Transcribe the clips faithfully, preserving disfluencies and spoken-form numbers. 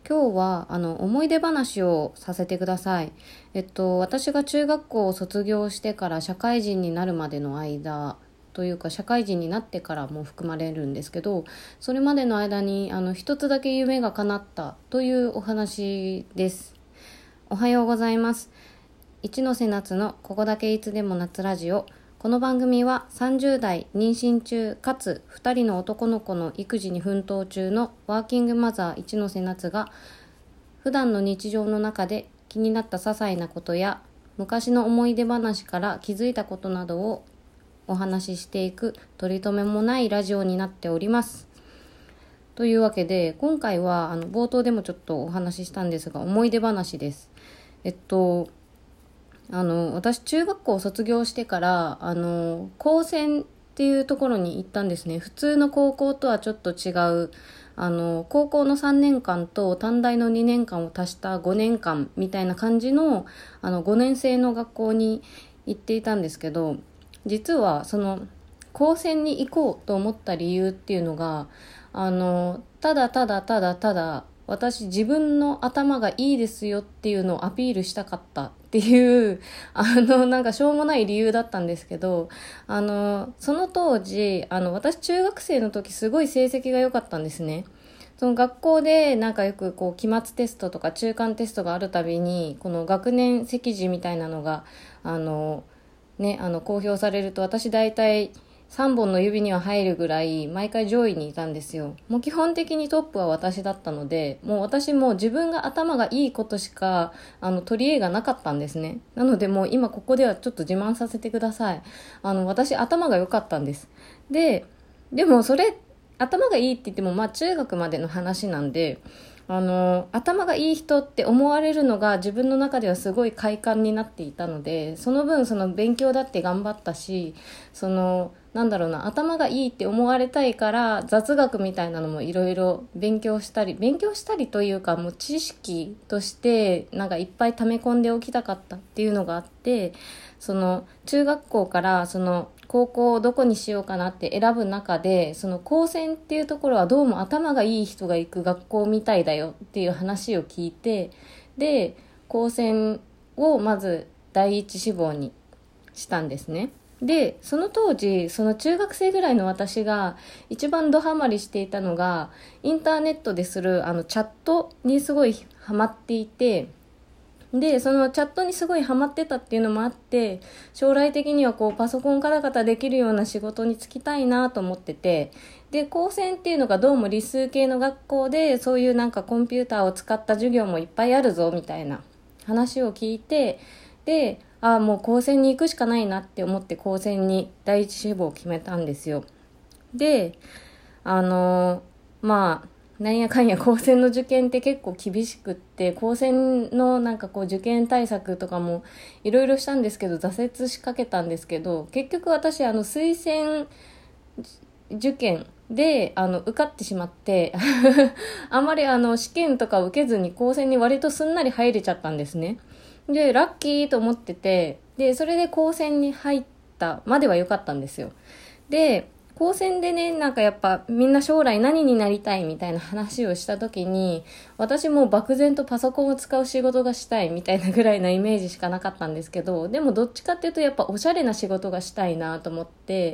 今日はあの思い出話をさせてください。えっと私が中学校を卒業してから社会人になるまでの間というか、社会人になってからも含まれるんですけど、それまでの間にあの一つだけ夢が叶ったというお話です。おはようございます。一ノ瀬夏のここだけいつでも夏ラジオ。この番組はさんじゅう代妊娠中かつふたりの男の子の育児に奮闘中のワーキングマザー一ノ瀬夏が、普段の日常の中で気になった些細なことや昔の思い出話から気づいたことなどをお話ししていく取り留めもないラジオになっております。というわけで、今回はあの冒頭でもちょっとお話ししたんですが、思い出話です。えっとあの私中学校を卒業してからあの高専っていうところに行ったんですね。普通の高校とはちょっと違う、あの高校のさんねんかんと短大のにねんかんを足したごねんかんみたいな感じの、あのごねん生の学校に行っていたんですけど、実はその高専に行こうと思った理由っていうのが、あのただただただただ私自分の頭がいいですよっていうのをアピールしたかったっていうあのなんかしょうもない理由だったんですけど、あのその当時あの私中学生の時すごい成績が良かったんですね。その学校でなんかよくこう期末テストとか中間テストがあるたびにこの学年席次みたいなのがあのねあの公表されると、私大体さんぼんの指には入るぐらい毎回上位にいたんですよ。もう基本的にトップは私だったので、もう私も自分が頭がいいことしかあの取り柄がなかったんですね。なのでもう今ここではちょっと自慢させてください。あの私頭が良かったんです。ででもそれ頭がいいって言ってもまあ中学までの話なんで、あの頭がいい人って思われるのが自分の中ではすごい快感になっていたので、その分その勉強だって頑張ったし、そのなんだろうな、頭がいいって思われたいから雑学みたいなのもいろいろ勉強したり勉強したりというか、もう知識としてなんかいっぱい溜め込んでおきたかったっていうのがあって、その中学校からその高校をどこにしようかなって選ぶ中で、その高専っていうところはどうも頭がいい人が行く学校みたいだよっていう話を聞いて、で高専をまず第一志望にしたんですね。でその当時その中学生ぐらいの私が一番ドハマりしていたのが、インターネットでするあのチャットにすごいハマっていて、でそのチャットにすごいハマってたっていうのもあって、将来的にはこうパソコンカタカタできるような仕事に就きたいなと思ってて、で高専っていうのがどうも理数系の学校で、そういうなんかコンピューターを使った授業もいっぱいあるぞみたいな話を聞いて、でああもう高専に行くしかないなって思って高専に第一志望を決めたんですよ。であのー、まあなんやかんや高専の受験って結構厳しくって、高専のなんかこう受験対策とかもいろいろしたんですけど、挫折しかけたんですけど、結局私あの推薦受験であの受かってしまってあんまりあの試験とか受けずに高専に割とすんなり入れちゃったんですね。でラッキーと思ってて、でそれで高専に入ったまでは良かったんですよ。で高専でね、なんかやっぱみんな将来何になりたいみたいな話をした時に、私も漠然とパソコンを使う仕事がしたいみたいなぐらいなイメージしかなかったんですけど、でもどっちかっていうとやっぱおしゃれな仕事がしたいなと思って、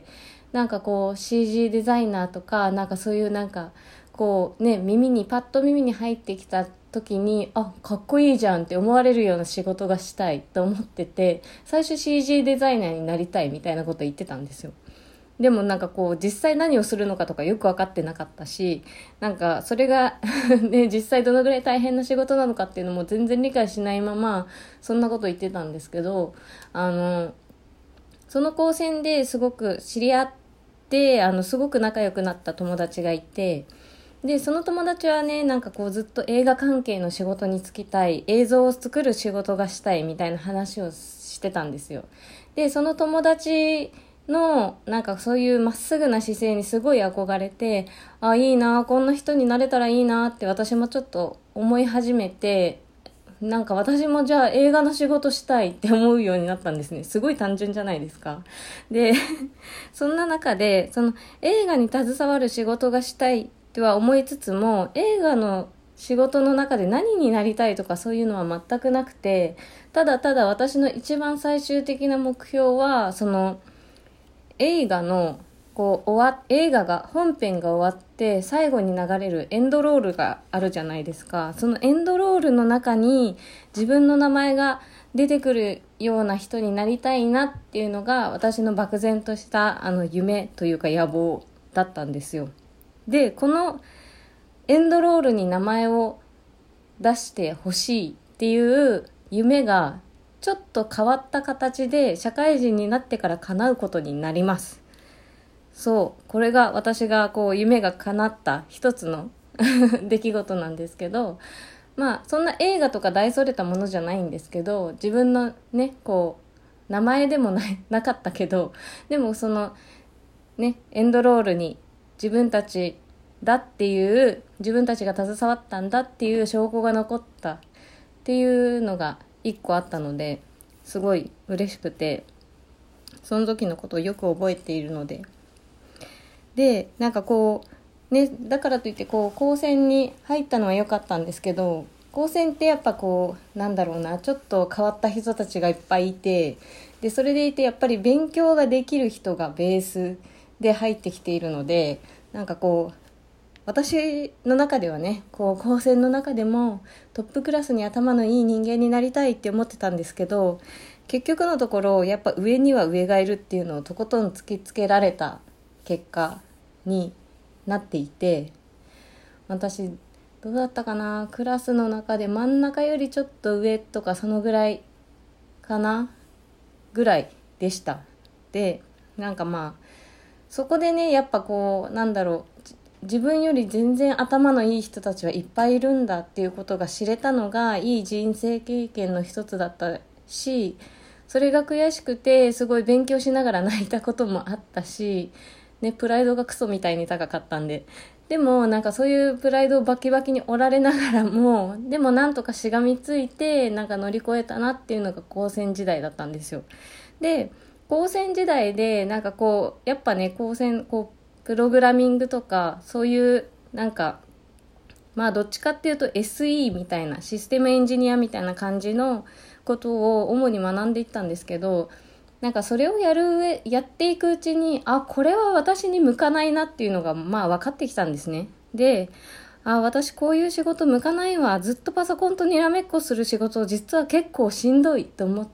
なんかこう シージー デザイナーとか、なんかそういうなんかこうね、耳にパッと耳に入ってきた時に、あかっこいいじゃんって思われるような仕事がしたいと思ってて、最初 シージー デザイナーになりたいみたいなこと言ってたんですよ。でもなんかこう実際何をするのかとかよく分かってなかったし、なんかそれがね、実際どのぐらい大変な仕事なのかっていうのも全然理解しないままそんなこと言ってたんですけど、あのその高専ですごく知り合って、あのすごく仲良くなった友達がいて、でその友達はね、なんかこうずっと映画関係の仕事に就きたい、映像を作る仕事がしたいみたいな話をしてたんですよ。でその友達のなんかそういうまっすぐな姿勢にすごい憧れて、あいいな、こんな人になれたらいいなって私もちょっと思い始めて、なんか私もじゃあ映画の仕事したいって思うようになったんですね。すごい単純じゃないですか。でそんな中でその映画に携わる仕事がしたいとは思いつつも、映画の仕事の中で何になりたいとかそういうのは全くなくて、ただただ私の一番最終的な目標は、その映画のこう終わ映画が本編が終わって最後に流れるエンドロールがあるじゃないですか。そのエンドロールの中に自分の名前が出てくるような人になりたいなっていうのが私の漠然としたあの夢というか野望だったんですよ。で、このエンドロールに名前を出してほしいっていう夢がちょっと変わった形で社会人になってから叶うことになります。そう、これが私がこう夢が叶った一つの出来事なんですけど、まあそんな映画とか大それたものじゃないんですけど、自分のねこう名前でもななかったけど、でもそのねエンドロールに自分たちだっていう自分たちが携わったんだっていう証拠が残ったっていうのが一個あったので、すごい嬉しくて、その時のことをよく覚えているので、でなんかこうね、だからといってこう高専に入ったのは良かったんですけど、高専ってやっぱこうなんだろうな、ちょっと変わった人たちがいっぱいいて、でそれでいてやっぱり勉強ができる人がベースで入ってきているので、なんかこう私の中ではね、こう高専の中でもトップクラスに頭のいい人間になりたいって思ってたんですけど、結局のところやっぱ上には上がいるっていうのをとことん突きつけられた結果になっていて、私どうだったかな、クラスの中で真ん中よりちょっと上とかそのぐらいかなぐらいでした。でなんかまあそこでね、やっぱこうなんだろう、自分より全然頭のいい人たちはいっぱいいるんだっていうことが知れたのがいい人生経験の一つだったし、それが悔しくてすごい勉強しながら泣いたこともあったし、ね、プライドがクソみたいに高かったんで、でもなんかそういうプライドをバキバキに折られながらも、でもなんとかしがみついてなんか乗り越えたなっていうのが高専時代だったんですよ。で高専時代でなんかこうやっぱね、高専こうプログラミングとかそういうなんかまあどっちかっていうと エスイー みたいなシステムエンジニアみたいな感じのことを主に学んでいったんですけど、なんかそれをやる上やっていくうちに、あ、これは私に向かないなっていうのがまあ分かってきたんですね。で、あ、私こういう仕事向かないわ、ずっとパソコンとにらめっこする仕事実は結構しんどいと思って、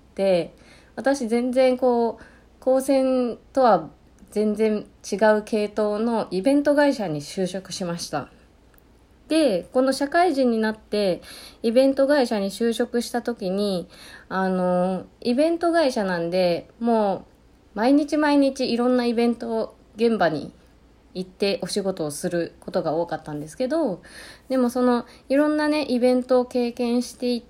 私全然こう高専とは全然違う系統のイベント会社に就職しました。でこの社会人になってイベント会社に就職した時に、あのイベント会社なんでもう毎日毎日いろんなイベント現場に行ってお仕事をすることが多かったんですけど、でもそのいろんなねイベントを経験していって、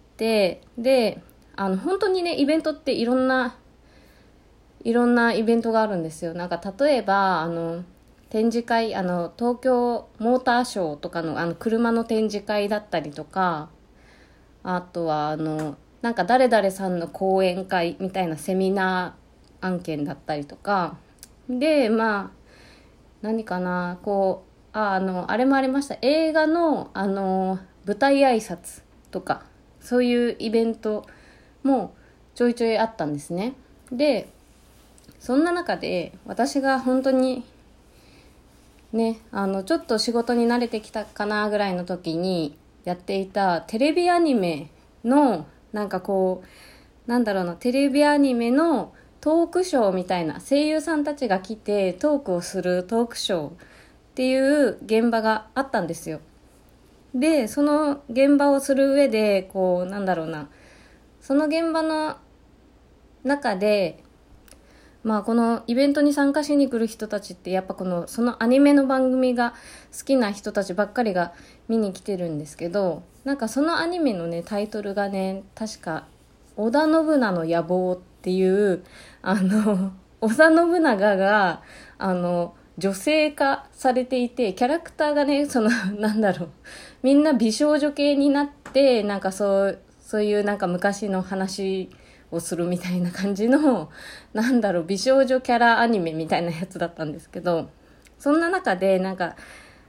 であの本当にねイベントっていろんないろんなイベントがあるんですよ。なんか例えばあの展示会、あの東京モーターショーとかのあの車の展示会だったりとか、あとはあのなんか誰々さんの講演会みたいなセミナー案件だったりとかで、まあ何かな、こうああのあれもありました。映画のあの舞台挨拶とかそういうイベントもちょいちょいあったんですね。でそんな中で私が本当にね、あのちょっと仕事に慣れてきたかなぐらいの時にやっていたテレビアニメのなんかこうなんだろうな、テレビアニメのトークショーみたいな、声優さんたちが来てトークをするトークショーっていう現場があったんですよ。でその現場をする上でこうなんだろうな、その現場の中でまあこのイベントに参加しに来る人たちってやっぱこのそのアニメの番組が好きな人たちばっかりが見に来てるんですけど、なんかそのアニメのねタイトルがね確か織田信長の野望っていうあの織田信長があの女性化されていて、キャラクターがねそのなんだろう、みんな美少女系になって、なんかそうそういうなんか昔の話をするみたいな感じのなんだろう美少女キャラアニメみたいなやつだったんですけど、そんな中でなんか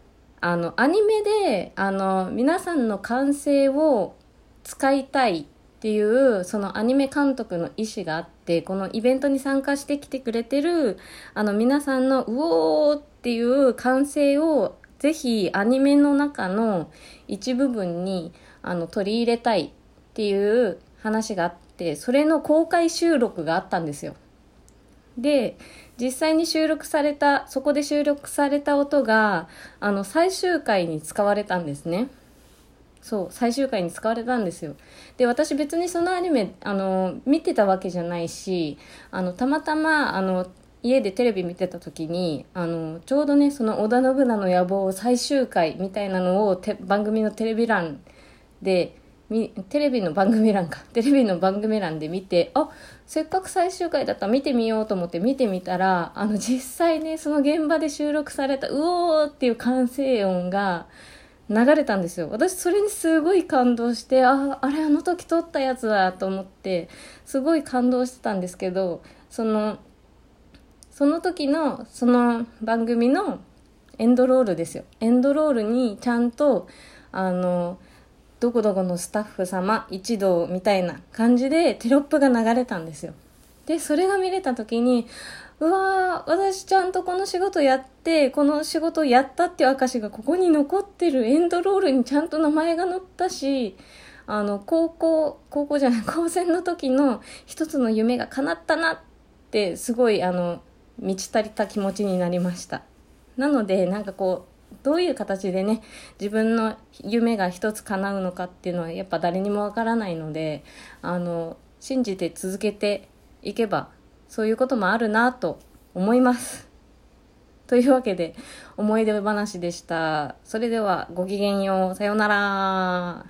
あのアニメであの皆さんの感性を使いたいっていうそのアニメ監督の意思があって、このイベントに参加してきてくれてるあの皆さんのうおーっていう感性をぜひアニメの中の一部分にあの取り入れたいっていう話があって、それの公開収録があったんですよ。で、実際に収録された、そこで収録された音があの最終回に使われたんですね。そう、最終回に使われたんですよ。で、私別にそのアニメあの見てたわけじゃないし、あのたまたまあの家でテレビ見てた時にあのちょうどね、その織田信長の野望最終回みたいなのをて番組のテレビ欄でテレビの番組欄かテレビの番組欄で見て、あ、せっかく最終回だったら見てみようと思って見てみたら、あの実際ね、その現場で収録されたうおーっていう歓声音が流れたんですよ。私それにすごい感動して、あ、あれあの時撮ったやつだと思ってすごい感動してたんですけど、そのその時のその番組のエンドロールですよ。エンドロールにちゃんとあのどこどこのスタッフ様一同みたいな感じでテロップが流れたんですよ。で、それが見れた時に、うわー、私ちゃんとこの仕事やって、この仕事やったっていう証がここに残ってる、エンドロールにちゃんと名前が載ったし、あの高校高校じゃない高専の時の一つの夢が叶ったなってすごいあの満ち足りた気持ちになりました。なのでなんかこうどういう形でね、自分の夢が一つ叶うのかっていうのはやっぱ誰にもわからないので、あの信じて続けていけばそういうこともあるなと思います。というわけで思い出話でした。それではごきげんよう。さようなら。